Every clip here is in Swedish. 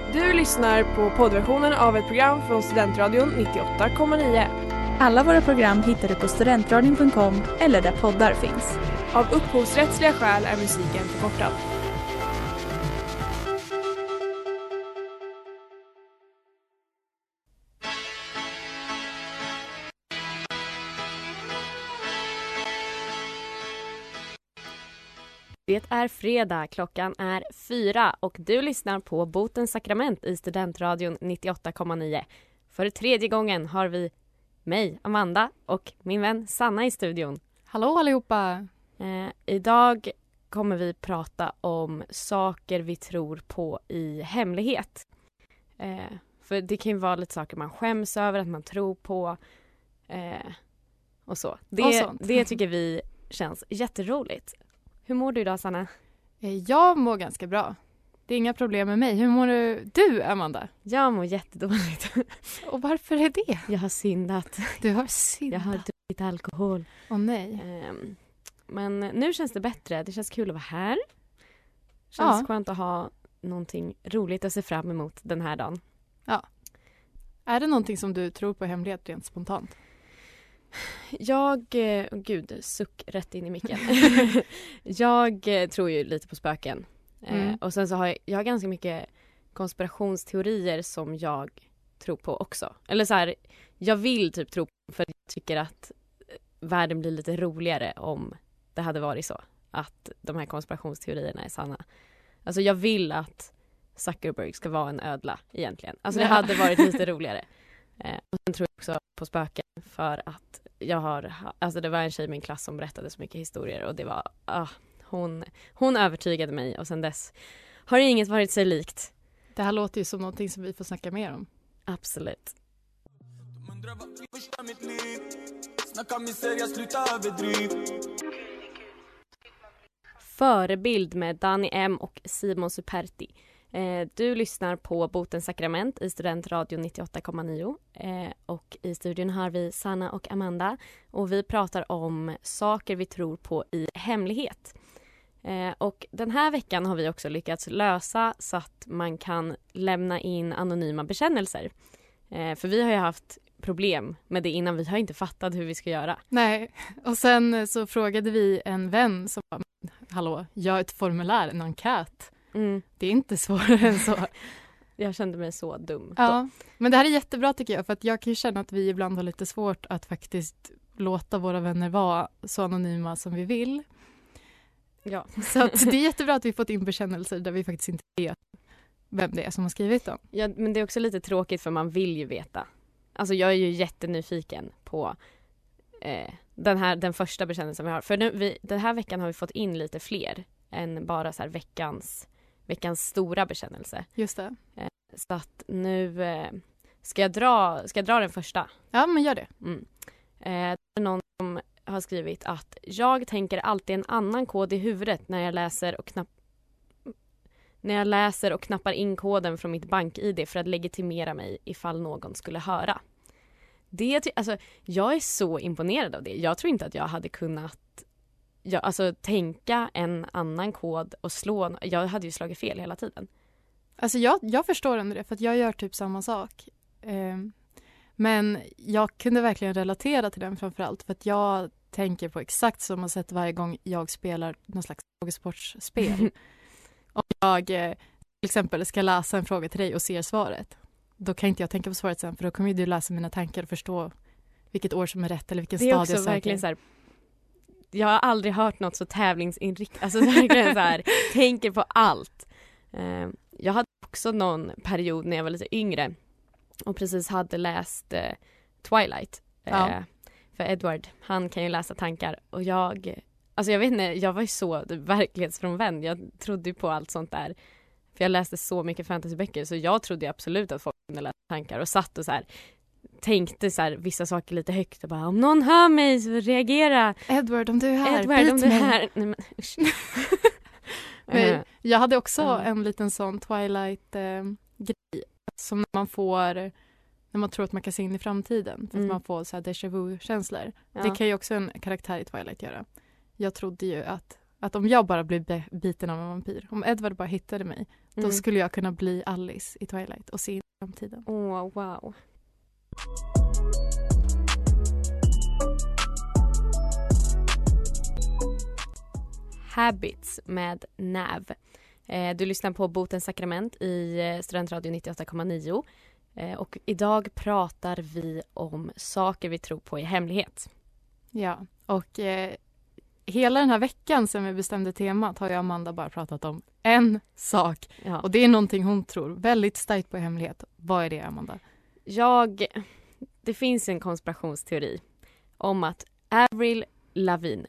Du lyssnar på poddversionen av ett program från Studentradion 98,9. Alla våra program hittar du på studentradion.com eller där poddar finns. Av upphovsrättsliga skäl är musiken förkortad. Det är fredag, klockan är 4 och du lyssnar på Botens sakrament i Studentradion 98,9. För tredje gången har vi mig, Amanda, och min vän Sanna i studion. Hallå allihopa! Idag kommer vi prata om saker vi tror på i hemlighet. För det kan ju vara lite saker man skäms över, att man tror på och så. Det tycker vi känns jätteroligt. Hur mår du idag, Sanna? Jag mår ganska bra. Det är inga problem med mig. Hur mår du, Amanda? Jag mår jättedåligt. Och varför är det? Jag har syndat. Du har syndat? Jag har druckit alkohol. Åh nej. Men nu känns det bättre. Det känns kul att vara här. Känns skönt att ha någonting roligt att se fram emot den här dagen. Ja. Är det någonting som du tror på i hemlighet rent spontant? Suck rätt in i micken. Jag tror ju lite på spöken. Och sen så har jag ganska mycket konspirationsteorier som jag tror på också. Eller så här, jag vill typ tro på, för jag tycker att världen blir lite roligare om det hade varit så. Att de här konspirationsteorierna är sanna. Alltså jag vill att Zuckerberg ska vara en ödla egentligen. Alltså det hade varit lite roligare. Och sen tror jag också på spöken för att det var en tjej i min klass som berättade så mycket historier och det var, hon övertygade mig och sen dess har inget varit sig likt. Det här låter ju som någonting som vi får snacka mer om. Absolut. Förebild med Danny M och Simon Superti. Du lyssnar på Botens sakrament i Studentradion 98,9 och i studion har vi Sanna och Amanda och vi pratar om saker vi tror på i hemlighet. Och den här veckan har vi också lyckats lösa så att man kan lämna in anonyma bekännelser. För vi har ju haft problem med det innan, vi har inte fattat hur vi ska göra. Nej, och sen så frågade vi en vän som var, hallå, gör ett formulär, en enkät. Det är inte svårare än så. Jag kände mig så dum. Ja, men det här är jättebra tycker jag. För att jag kan ju känna att vi ibland har lite svårt att faktiskt låta våra vänner vara så anonyma som vi vill. Ja. Så att det är jättebra att vi fått in bekännelser där vi faktiskt inte vet vem det är som har skrivit dem. Ja, men det är också lite tråkigt för man vill ju veta. Alltså jag är ju jättenyfiken på den första bekännelsen vi har. För den här veckan har vi fått in lite fler än bara så här veckans stora bekännelse. Just det. Så att nu ska jag dra den första. Ja, men gör det. Det är någon som har skrivit att jag tänker alltid en annan kod i huvudet när jag läser och knappar in koden från mitt bank-ID för att legitimera mig ifall någon skulle höra. Jag är så imponerad av det. Jag tror inte att jag hade kunnat tänka en annan kod och slå. Jag hade ju slagit fel hela tiden. Alltså jag förstår ändå det, för att jag gör typ samma sak. Men jag kunde verkligen relatera till den framförallt. För att jag tänker på exakt samma sätt varje gång jag spelar någon slags frågesportspel. Om jag till exempel ska läsa en fråga till dig och ser svaret. Då kan inte jag tänka på svaret sen, för då kommer ju du läsa mina tankar och förstå vilket år som är rätt eller vilken stad jag söker. Det är också verkligen så här. Jag har aldrig hört något så tävlingsinriktat. Alltså verkligen så här, tänker på allt. Jag hade också någon period när jag var lite yngre och precis hade läst Twilight. För Edward, han kan ju läsa tankar. Och jag vet inte, jag var ju så verklighetsfrånvänd. Jag trodde ju på allt sånt där. För jag läste så mycket fantasyböcker så jag trodde absolut att folk kunde läsa tankar och satt och så här tänkte så här, vissa saker lite högt och bara, om någon hör mig så reagera. Edward, om du är här, Edward, om du är här. Nej, men, men jag hade också en liten sån Twilight-grej som när man tror att man kan se in i framtiden. För att man får så här déjà vu-känslor. Ja. Det kan ju också en karaktär i Twilight göra. Jag trodde ju att Att om jag bara blir biten av en vampyr, om Edward bara hittade mig, då skulle jag kunna bli Alice i Twilight och se in i framtiden. Åh, wow. Habits med NAV. Du lyssnar på Botens sakrament i Studentradio 98,9. Och idag pratar vi om saker vi tror på i hemlighet. Ja, och hela den här veckan sen vi bestämde temat har jag och Amanda bara pratat om en sak. Ja. Och det är någonting hon tror väldigt starkt på i hemlighet. Vad är det, Amanda? Det finns en konspirationsteori om att Avril Lavigne,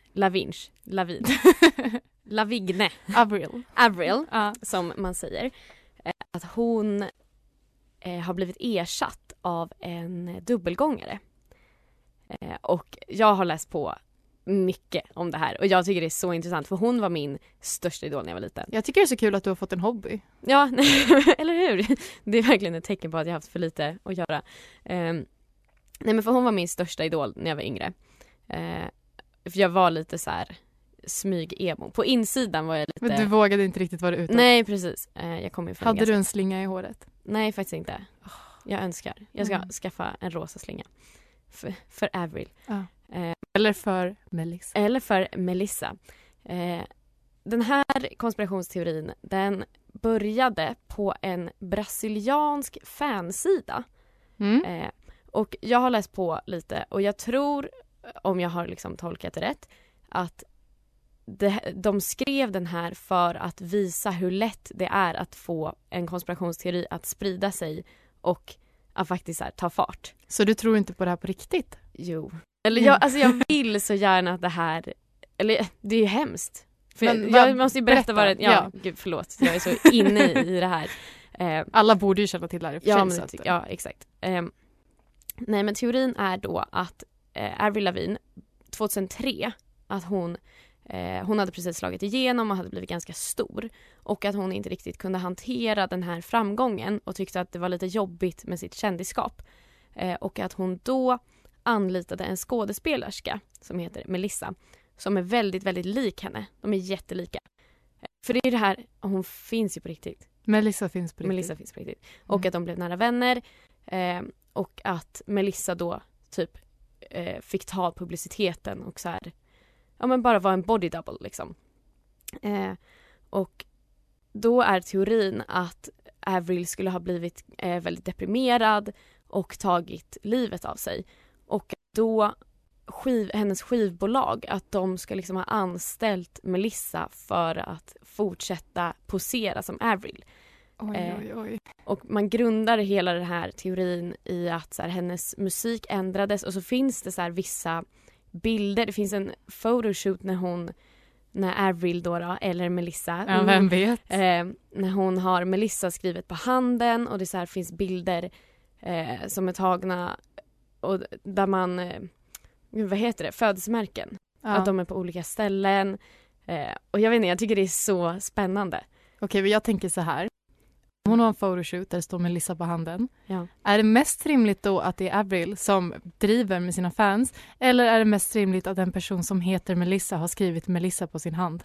som man säger, att hon har blivit ersatt av en dubbelgångare. Och jag har läst på mycket om det här och jag tycker det är så intressant för hon var min största idol när jag var liten. Jag tycker det är så kul att du har fått en hobby. Ja, eller hur? Det är verkligen ett tecken på att jag har haft för lite att göra. Nej, men för hon var min största idol när jag var yngre. För jag var lite så här smyg-emo. På insidan var jag lite... Men du vågade inte riktigt vara ute. Nej, precis. Jag kom från Hade du en slinga i håret? Nej, faktiskt inte. Jag önskar. Jag ska skaffa en rosa slinga. För Avril. Ja. Eller för Melissa. Den här konspirationsteorin, den började på en brasiliansk fansida. Och jag har läst på lite och jag tror, om jag har liksom tolkat det rätt, att de skrev den här för att visa hur lätt det är att få en konspirationsteori att sprida sig och att faktiskt så här, ta fart. Så du tror inte på det här på riktigt? Jo. Eller jag vill så gärna att det här... Eller det är ju hemskt. För jag måste ju berätta vad det... Ja, gud, förlåt. Jag är så inne i det här. Alla borde ju känna till det här. Ja, exakt. Nej, men teorin är då att Avril Lavigne 2003, att hon hade precis slagit igenom och hade blivit ganska stor. Och att hon inte riktigt kunde hantera den här framgången och tyckte att det var lite jobbigt med sitt kändisskap. Och att hon då anlitade en skådespelerska som heter Melissa, som är väldigt, väldigt lik henne. De är jättelika. För det är det här, hon finns ju på riktigt. Melissa finns på riktigt. Och att de blev nära vänner. Och att Melissa då typ fick ta publiciteten och så här, ja men bara var en body double liksom. Och då är teorin att Avril skulle ha blivit väldigt deprimerad och tagit livet av sig. Och då hennes skivbolag, att de ska liksom ha anställt Melissa för att fortsätta posera som Avril. Oj. Och man grundar hela den här teorin i att så här, hennes musik ändrades och så finns det så här vissa bilder. Det finns en photoshoot när Avril då eller Melissa. Ja, vem vet. När hon har Melissa skrivet på handen och det så här finns bilder som är tagna och där man födelsemärken. Ja. Att de är på olika ställen. Och jag vet inte, jag tycker det är så spännande. Okej, men jag tänker så här. Hon har en photoshoot där det står Melissa på handen. Ja. Är det mest rimligt då att det är Avril som driver med sina fans? Eller är det mest rimligt att en person som heter Melissa har skrivit Melissa på sin hand?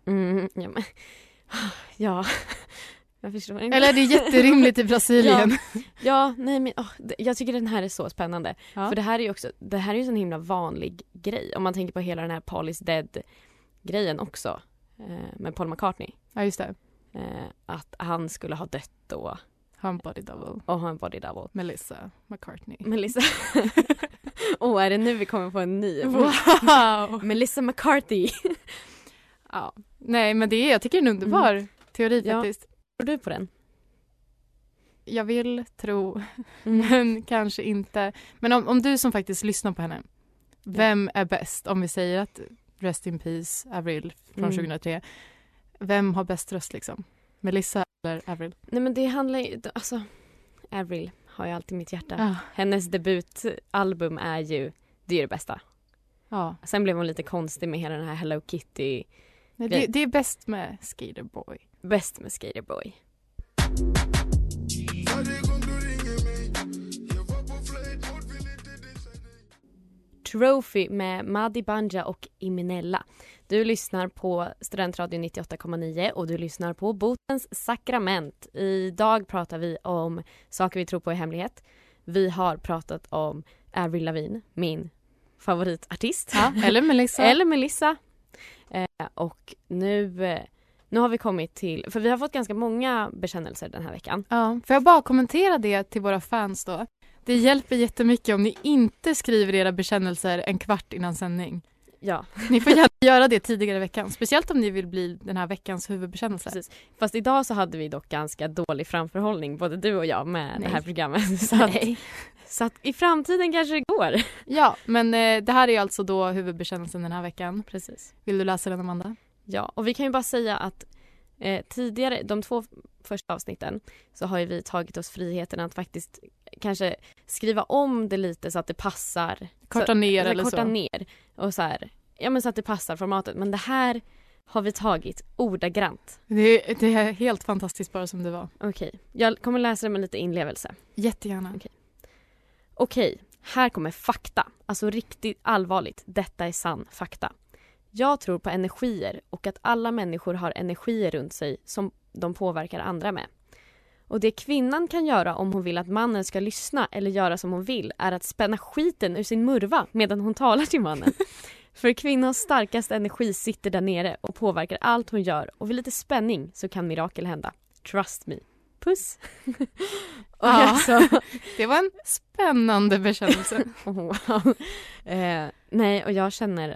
Ja. Jag förstår inte. Eller är det jätterimligt i Brasilien? Jag tycker den här är så spännande. Ja. För det här är ju en himla vanlig grej. Om man tänker på hela den här Paul is Dead-grejen också. Med Paul McCartney. Ja, just det. Att han skulle ha dött då. Ha en body double. Och ha en body double. Melissa McCartney. Är det nu vi kommer få en ny? Wow! Melissa McCarthy. Ja. Nej, men jag tycker det är en underbar teori faktiskt. Tror du på den? Jag vill tro, men kanske inte. Men om du som faktiskt lyssnar på henne, vem är bäst? Om vi säger att Rest in Peace, Avril från 2003. Vem har bäst röst liksom? Melissa eller Avril? Nej, men det handlar ju... Alltså, Avril har ju alltid mitt hjärta. Ja. Hennes debutalbum är ju det bästa. Ja. Sen blev hon lite konstig med hela den här Hello Kitty. Nej, det är bäst med Skater Boy. Bäst med Skater Boy. Trophy med Madi Banja och Iminella. Du lyssnar på Studentradion 98,9 och du lyssnar på Botens sakrament. Idag pratar vi om saker vi tror på i hemlighet. Vi har pratat om Avril Lavigne, min favoritartist. Ja, eller Melissa. Eller Melissa. Och nu har vi kommit till, för vi har fått ganska många bekännelser den här veckan. Ja, får jag bara kommentera det till våra fans då? Det hjälper jättemycket om ni inte skriver era bekännelser en kvart innan sändning. Ja. Ni får gärna göra det tidigare i veckan. Speciellt om ni vill bli den här veckans huvudbekännelse. Precis. Fast idag så hade vi dock ganska dålig framförhållning, både du och jag, med det här programmet. Så att i framtiden kanske det går. Ja, men det här är alltså då huvudbekännelsen den här veckan. Precis. Vill du läsa den, Amanda? Ja, och vi kan ju bara säga att tidigare, de 2 första avsnitten, så har ju vi tagit oss friheten att faktiskt kanske skriva om det lite så att det passar. Korta ner eller så. Korta ner och så här, ja men så att det passar formatet. Men det här har vi tagit ordagrant. Det är helt fantastiskt bara som det var. Okej, jag kommer läsa det med lite inlevelse. Jättegärna. Okej, här kommer fakta. Alltså riktigt allvarligt. Detta är sann fakta. Jag tror på energier och att alla människor har energier runt sig som de påverkar andra med. Och det kvinnan kan göra om hon vill att mannen ska lyssna eller göra som hon vill är att spänna skiten ur sin murva medan hon talar till mannen. För kvinnans starkaste energi sitter där nere och påverkar allt hon gör, och vid lite spänning så kan mirakel hända. Trust me. Puss. Ja, alltså, det var en spännande bekännelse. Wow. Nej, och jag känner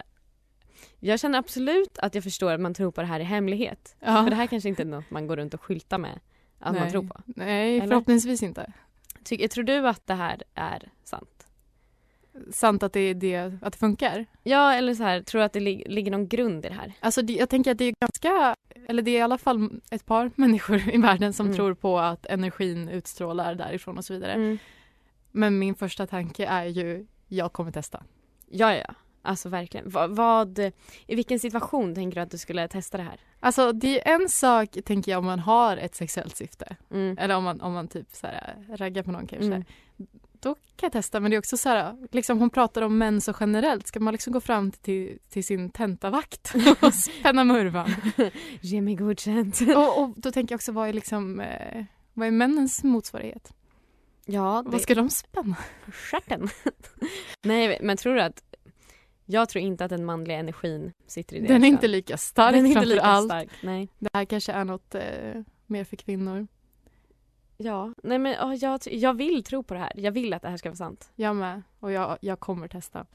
absolut att jag förstår att man tror på det här i hemlighet. Ja. För det här kanske inte är något man går runt och skyltar med att man tror på. Nej, eller? Förhoppningsvis inte. Tror du att det här är sant? Sant att det funkar? Ja, eller så här, tror du att det ligger någon grund i det här? Alltså jag tänker att det är det är i alla fall ett par människor i världen som tror på att energin utstrålar därifrån och så vidare. Mm. Men min första tanke är ju, jag kommer testa. Ja. Alltså verkligen. I vilken situation tänker du att du skulle testa det här? Alltså det är en sak, tänker jag, om man har ett sexuellt syfte. Mm. Eller om man typ så här raggar på någon kanske. Mm. Då kan jag testa, men det är också så här, liksom hon pratar om män så generellt. Ska man liksom gå fram till sin tentavakt och spänna murvan? Ge mig godkänt. och då tänker jag också, vad är männens motsvarighet? Ja, Vad ska de spänna? Stjärten. Nej, men tror du att jag tror inte att den manliga energin sitter i det. Den är inte lika stark. Den är inte lika allt. stark, nej. Det här kanske är något mer för kvinnor. Ja, nej men jag vill tro på det här. Jag vill att det här ska vara sant. Jag med. Och jag kommer testa.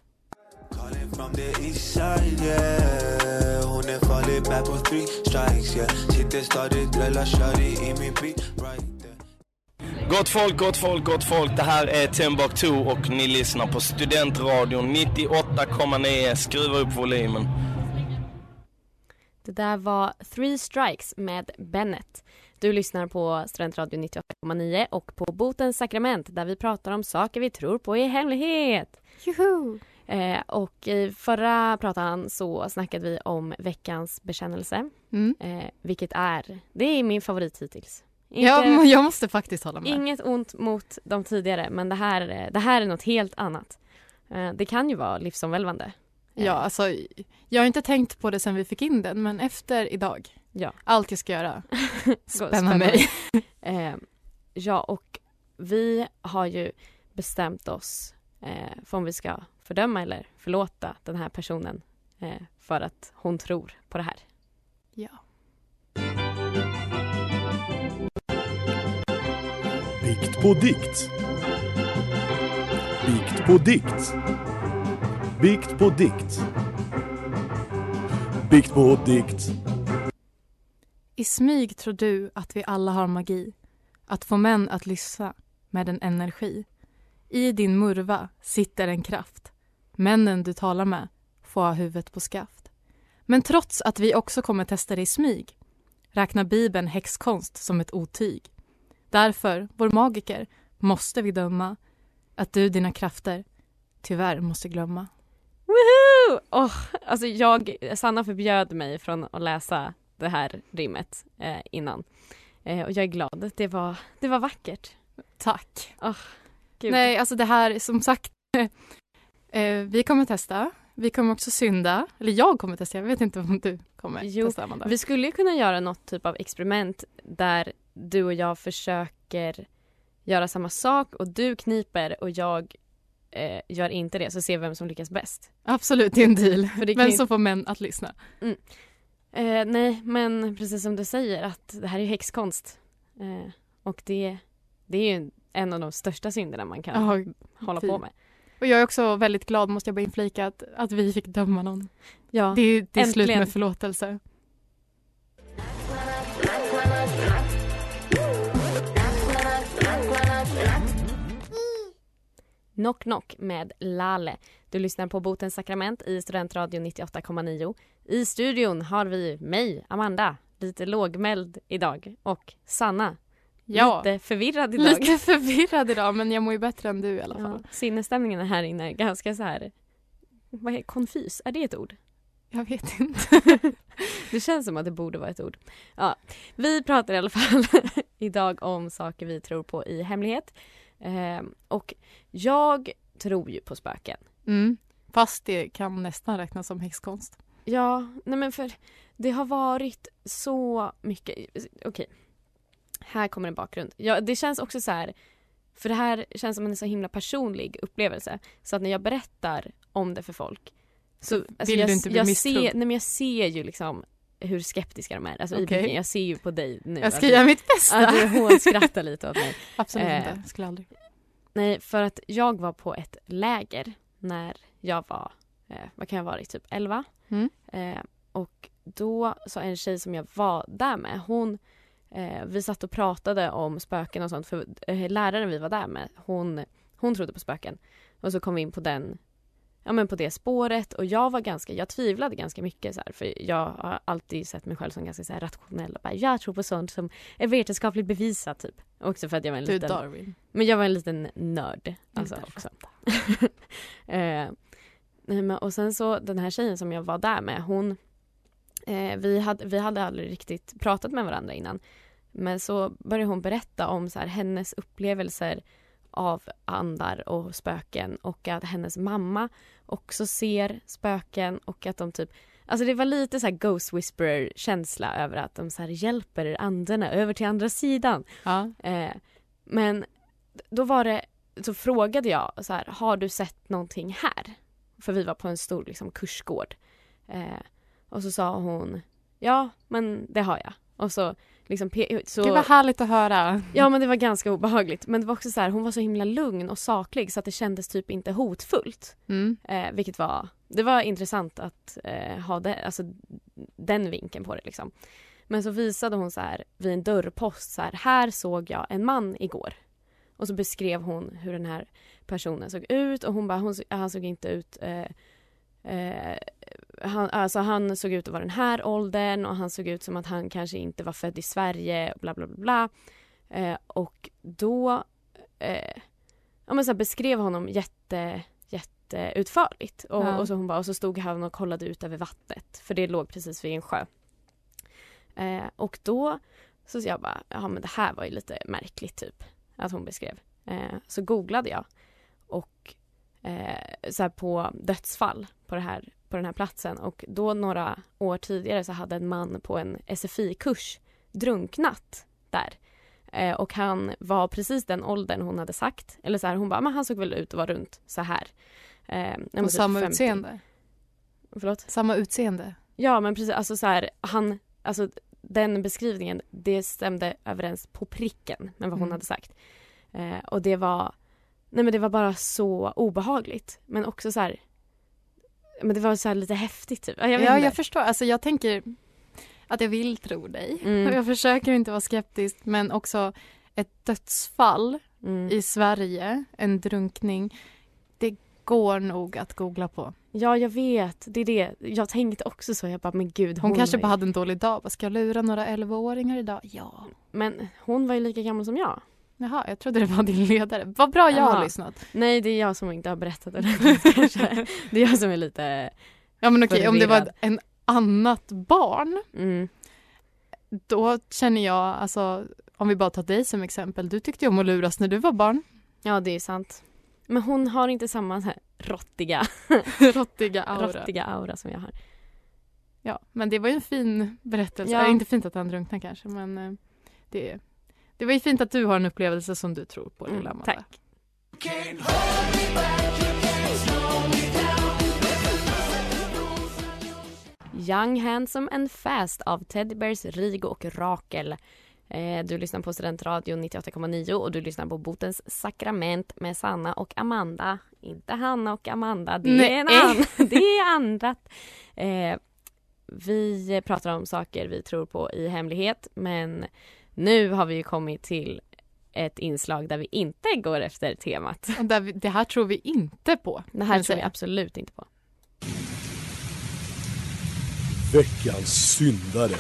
Gott folk. Det här är Timbuktu och ni lyssnar på Studentradion 98,9. Skruva upp volymen. Det där var 3 Strikes med Bennett. Du lyssnar på Studentradion 98,9 och på Botens sakrament där vi pratar om saker vi tror på i hemlighet. Juhu! Och i förra pratan så snackade vi om veckans bekännelse. Vilket det är min favorit hittills. Jag måste faktiskt hålla med. Inget ont mot de tidigare, men det här är något helt annat. Det kan ju vara livsomvälvande. Ja, alltså jag har inte tänkt på det sen vi fick in den, men efter idag. Ja. Allt jag ska göra. Spänna mig. Ja, och vi har ju bestämt oss för om vi ska fördöma eller förlåta den här personen för att hon tror på det här. Ja. Bikt på dikt. Bikt på dikt. Bikt på dikt. Bikt på dikt. I smyg tror du att vi alla har magi. Att få män att lyssna med en energi. I din murva sitter en kraft. Männen du talar med får ha huvudet på skaft. Men trots att vi också kommer testa det i smyg räknar Bibeln häxkonst som ett otyg. Därför, vår magiker, måste vi döma att du dina krafter tyvärr måste glömma. Woohoo! Alltså Sanna förbjöd mig från att läsa det här rimmet innan. Och jag är glad. Det var vackert. Tack. Gud. Nej, alltså det här, som sagt, vi kommer testa. Vi kommer också synda. Eller jag kommer testa. Jag vet inte om du kommer testa, Amanda. Vi skulle ju kunna göra något typ av experiment där du och jag försöker göra samma sak och du kniper och jag gör inte det, så ser vi vem som lyckas bäst. Absolut, det är en deal. För Men så får män att lyssna. Nej, men precis som du säger att det här är häxkonst. Och det är ju en av de största synderna man kan hålla på med. Och jag är också väldigt glad, måste jag bara inflika, att vi fick döma någon. Ja, det är slut med förlåtelse. Knock Knock med Lale. Du lyssnar på Botens sakrament i Studentradion 98,9. I studion har vi mig, Amanda, lite lågmäld idag, och Sanna, lite förvirrad idag. Lite förvirrad idag, men jag mår ju bättre än du i alla fall. Ja, sinnesstämningen här inne är ganska så här, vad är konfys? Är det ett ord? Jag vet inte. Det känns som att det borde vara ett ord. Ja, vi pratar i alla fall idag om saker vi tror på i hemlighet. Och jag tror ju på spöken. Fast det kan nästan räknas som häxkonst. Ja, nej men för det har varit så mycket. Okej. Här kommer en bakgrund. Ja, det känns också så här, för det här känns som en så himla personlig upplevelse. Så att när jag berättar om det för folk så alltså vill du inte bli misstrodd? Jag ser ju liksom hur skeptiska de är. Alltså okay. Jag ser ju på dig nu. Jag ska göra mitt bästa. Att du hånskrattar lite åt mig. Absolut inte. Skulle aldrig. Nej, för att jag var på ett läger när jag var, vad kan jag vara, typ 11. Och då så en tjej som jag var där med, vi satt och pratade om spöken och sånt, för läraren vi var där med, hon trodde på spöken. Och så kom vi in på på det spåret, och jag tvivlade ganska mycket så här, för jag har alltid sett mig själv som ganska så här rationell och bara, jag tror på sånt som är vetenskapligt bevisat typ. Också för att jag var en liten Darwin. Men jag var en liten nörd alltså också. Och sen så den här tjejen som jag var där med, hon vi hade aldrig riktigt pratat med varandra innan. Men så började hon berätta om så här, hennes upplevelser av andar och spöken, och att hennes mamma också ser spöken, och att de typ, alltså det var lite så här Ghost Whisperer-känsla över att de så här hjälper anderna över till andra sidan. Ja. Men då så frågade jag så här, har du sett någonting här? För vi var på en stor liksom kursgård. Och så sa hon, ja, men det har jag. Och så liksom så det var härligt att höra. Ja, men det var ganska obehagligt. Men det var också så här, hon var så himla lugn och saklig så att det kändes typ inte hotfullt. Vilket det var intressant att ha det, alltså den vinkeln på det liksom. Men så visade hon så här vid en dörrpost så här såg jag en man igår. Och så beskrev hon hur den här personen såg ut, och hon bara, han såg inte ut han såg ut att vara den här åldern, och han såg ut som att han kanske inte var född i Sverige, bla bla bla. Och då så beskrev honom jätteutförligt. Och så hon bara, och så stod han och kollade ut över vattnet, för det låg precis vid en sjö. Och då så jag bara, ja men det här var ju lite märkligt typ att hon beskrev. Så googlade jag och så här på dödsfall på den här platsen, och då några år tidigare så hade en man på en SFI-kurs drunknat där. Och han var precis den åldern hon hade sagt, eller så här, hon bara, men han såg väl ut att vara runt så här. Och samma 50. Utseende? Förlåt? Samma utseende? Ja, men precis, alltså så här, den beskrivningen, det stämde överens på pricken med vad hon hade sagt. Och det var bara så obehagligt, men också så här, men det var så här lite häftigt typ. Jag förstår. Alltså jag tänker att jag vill tro dig. Och jag försöker inte vara skeptisk, men också ett dödsfall i Sverige, en drunkning, det går nog att googla på. Ja, jag vet. Det är det. Jag tänkte också så. Jag bara, men gud. Hon kanske bara hade en dålig dag. Vad ska jag lura några 11-åringar idag? Ja. Men hon var ju lika gammal som jag. Jaha, jag trodde det var din ledare. Vad bra jag har lyssnat. Nej, det är jag som inte har berättat det. Kanske. Det är jag som är lite... Ja, men okej, om det var en annat barn, då känner jag, alltså, om vi bara tar dig som exempel. Du tyckte om att luras när du var barn. Ja, det är sant. Men hon har inte samma så här råttiga aura som jag har. Ja, men det var ju en fin berättelse. Ja. Det är inte fint att han drunknar kanske, men det var ju fint att du har en upplevelse som du tror på, lilla Amanda. Tack. Young, Handsome and Fast av Teddy Bears, Rigo och Rakel. Du lyssnar på Studentradion 98,9 och du lyssnar på Botens sakrament med Sanna och Amanda. Inte Hanna och Amanda, det är annat. Vi pratar om saker vi tror på i hemlighet, men nu har vi ju kommit till ett inslag där vi inte går efter temat. Och det här tror vi inte på. Det här tror vi absolut inte på. Veckans syndare.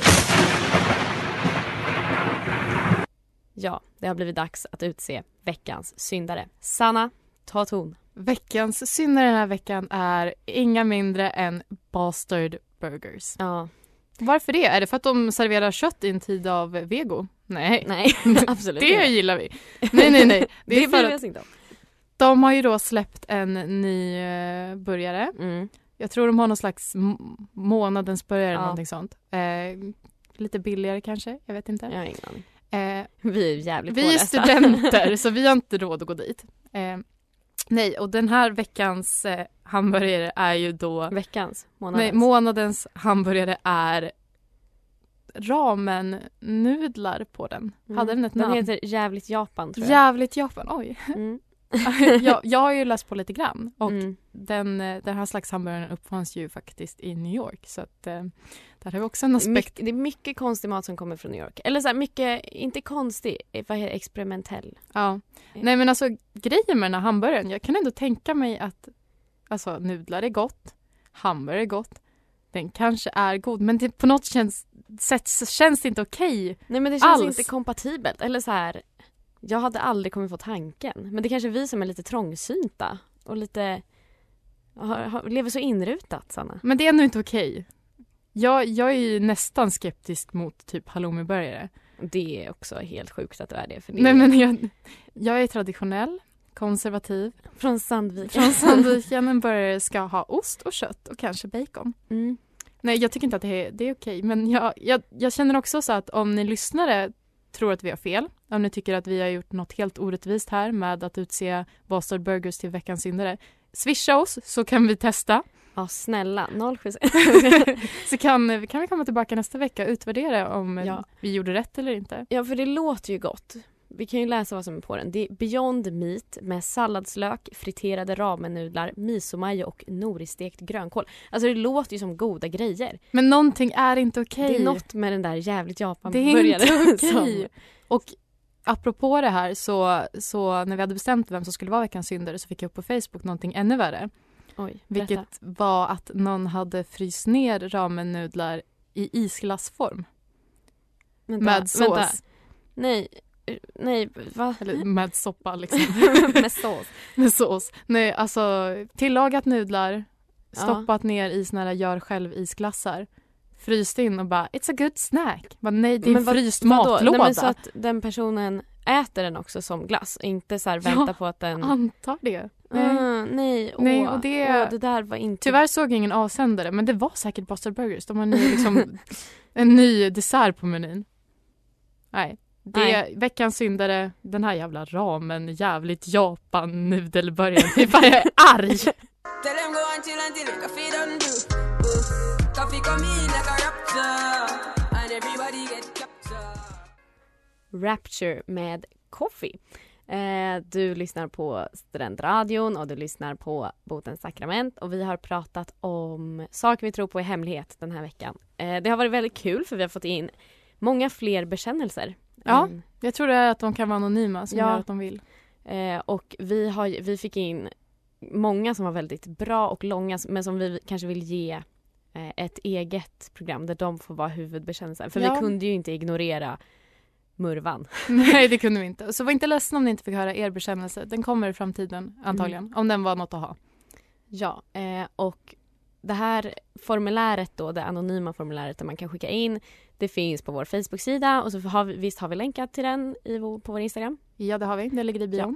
Ja, det har blivit dags att utse veckans syndare. Sanna, ta ton. Veckans syndare den här veckan är inga mindre än Bastard Burgers. Ja. Varför det? Är det för att de serverar kött i en tid av vego? Nej, absolut det inte. gillar vi. Nej. Det är för bryr att oss inte om. de har ju då släppt en ny burgare. Mm. Jag tror de har någon slags månadens burgare eller Ja. någonting sånt. Lite billigare kanske, jag vet inte. Jag har ingen aning. Eh, Vi är jävligt vi är pålästa. studenter så vi har inte råd att gå dit. Nej, och den här veckans hamburgare är ju då... Veckans? Månadens hamburgare är ramen-nudlar på den. Hade den ett namn? Den heter Jävligt Japan, tror jag. Jävligt Japan, oj. Mm. jag har ju läst på lite grann och Mm. den här slags hamburgaren uppfanns ju faktiskt i New York, så att där har vi också en aspekt. Det är mycket konstig mat som kommer från New York. Eller så här, mycket, inte konstig, experimentell. Ja. Nej, men alltså grejen med den här hamburgaren, jag kan ändå tänka mig att alltså nudlar är gott, hamburgare är gott, den kanske är god, men det på något sätt känns det inte okej. Nej, men det känns alls. inte kompatibelt. Eller så här, jag hade aldrig kommit på tanken. Men det kanske är vi som är lite trångsynta och lite lever så inrutat, Sanna. Men det är ändå inte okej. Jag är ju nästan skeptisk mot typ halloumiburgare. Det är också helt sjukt att du är det. För det Nej, men jag är traditionell, konservativ. från Sandviken. Från Sandviken, en burgare ska ha ost och kött och kanske bacon. Mm. Nej, jag tycker inte att det är okej. Men jag känner också så att om ni lyssnare tror att vi har fel, om ni tycker att vi har gjort något helt orättvist här med att utse Bastard Burgers till veckans syndare, swisha oss så kan vi testa. Ja, snälla. 07. Så kan vi komma tillbaka nästa vecka och utvärdera om Ja. vi gjorde rätt eller inte. Ja, för det låter ju gott. Vi kan ju läsa vad som är på den. Det är Beyond Meat med salladslök, friterade ramennudlar, misomajo och noristekt grönkål. Alltså det låter ju som goda grejer. Men någonting är inte okej. Det är något med den där jävligt Det är Japan-burgaren. inte okej. Och apropå det här så när vi hade bestämt vem som skulle vara veckans syndare så fick jag upp på Facebook någonting ännu värre. Oj, Vilket var att någon hade fryst ner ramennudlar i isglassform. Med sås. Nej, va? Eller med soppa liksom. Med sås. Med sås. Nej, alltså tillagat nudlar, stoppat ner i såna här gör själv isglassar. Fryst in och bara, it's a good snack. Bara, nej, det är en fryst matlåda. Nej, men så att den personen äter den också som glass och inte så här vänta på att den... antar det. Nej, och det där var inte... Tyvärr såg jag ingen avsändare, men det var säkert Bastard Burgers. De har en ny dessert på menyn. Nej. Det är veckans syndare, den här jävla ramen, jävligt Japan-nudelburgaren. Det är bara, jag är arg. Rapture med Coffee. Du lyssnar på Studentradion och du lyssnar på Botens sakrament och vi har pratat om saker vi tror på i hemlighet den här veckan. Det har varit väldigt kul för vi har fått in många fler bekännelser. Ja, jag tror det är att de kan vara anonyma som gör att de vill. Och vi fick in många som var väldigt bra och långa men som vi kanske vill ge ett eget program där de får vara huvudbekännelser. För vi kunde ju inte ignorera Murvan. Nej, det kunde vi inte. Så var inte ledsen om ni inte fick höra er bekännelse. Den kommer i framtiden antagligen, om den var något att ha. Ja, och det här formuläret då, det anonyma formuläret där man kan skicka in, det finns på vår Facebook-sida och så visst har vi länkat till den på vår Instagram. Ja, det har vi. Det ligger i bion.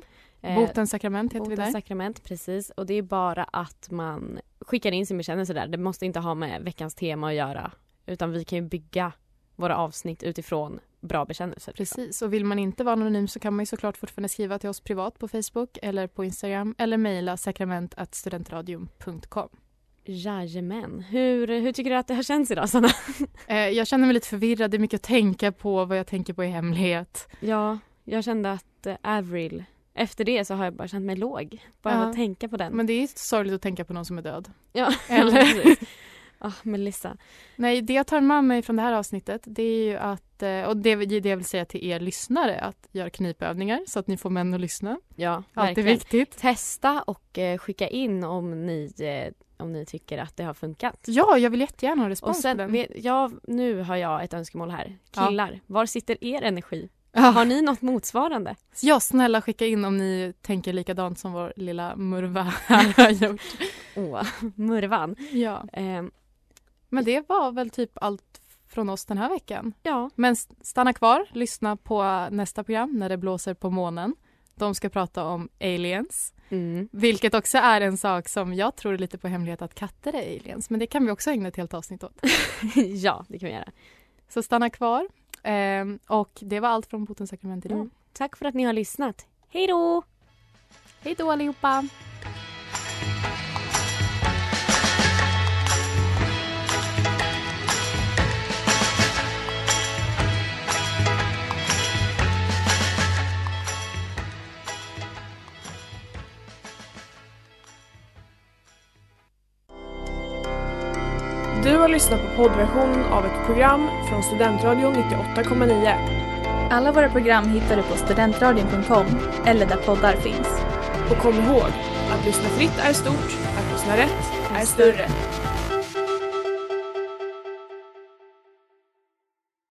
Botens sakrament heter vi där. Botens sakrament, precis. Och det är bara att man skickar in sin bekännelse där. Det måste inte ha med veckans tema att göra. Utan vi kan ju bygga våra avsnitt utifrån bra bekännelser. Precis, och vill man inte vara anonym så kan man ju såklart fortfarande skriva till oss privat på Facebook eller på Instagram eller mejla sakrament@studentradion.com. Jajamän. Hur tycker du att det här känns idag, Sanna? Jag känner mig lite förvirrad. Det är mycket att tänka på, vad jag tänker på i hemlighet. Ja, jag kände att Avril, efter det så har jag bara känt mig låg. Bara att tänka på den. Men det är sorgligt att tänka på någon som är död. Ja, eller? Melissa. Nej, det jag tar med mig från det här avsnittet, det är ju att, och det jag vill säga till er lyssnare, att göra knipövningar så att ni får män att lyssna. Ja, allt är verkligen. viktigt. Testa och skicka in om ni tycker att det har funkat. Ja, jag vill jättegärna ha respons och sen, på den. Nu har jag ett önskemål här. Killar, var sitter er energi? Ja. Har ni något motsvarande? Ja, snälla skicka in om ni tänker likadant som vår lilla Murva här har gjort. Murvan. Ja. Men det var väl typ allt från oss den här veckan. Ja. Men stanna kvar, lyssna på nästa program när det blåser på månen. De ska prata om aliens. Vilket också är en sak som jag tror är lite på hemlighet, att katter är aliens. Men det kan vi också ägna ett helt avsnitt åt. Ja, det kan vi göra. Så stanna kvar. Och det var allt från Botens sakrament idag. Tack för att ni har lyssnat. Hej då! Hej då allihopa! Du har lyssnat på poddversionen av ett program från Studentradion 98,9. Alla våra program hittar du på studentradion.com eller där poddar finns. Och kom ihåg, att lyssna fritt är stort, att lyssna rätt är större.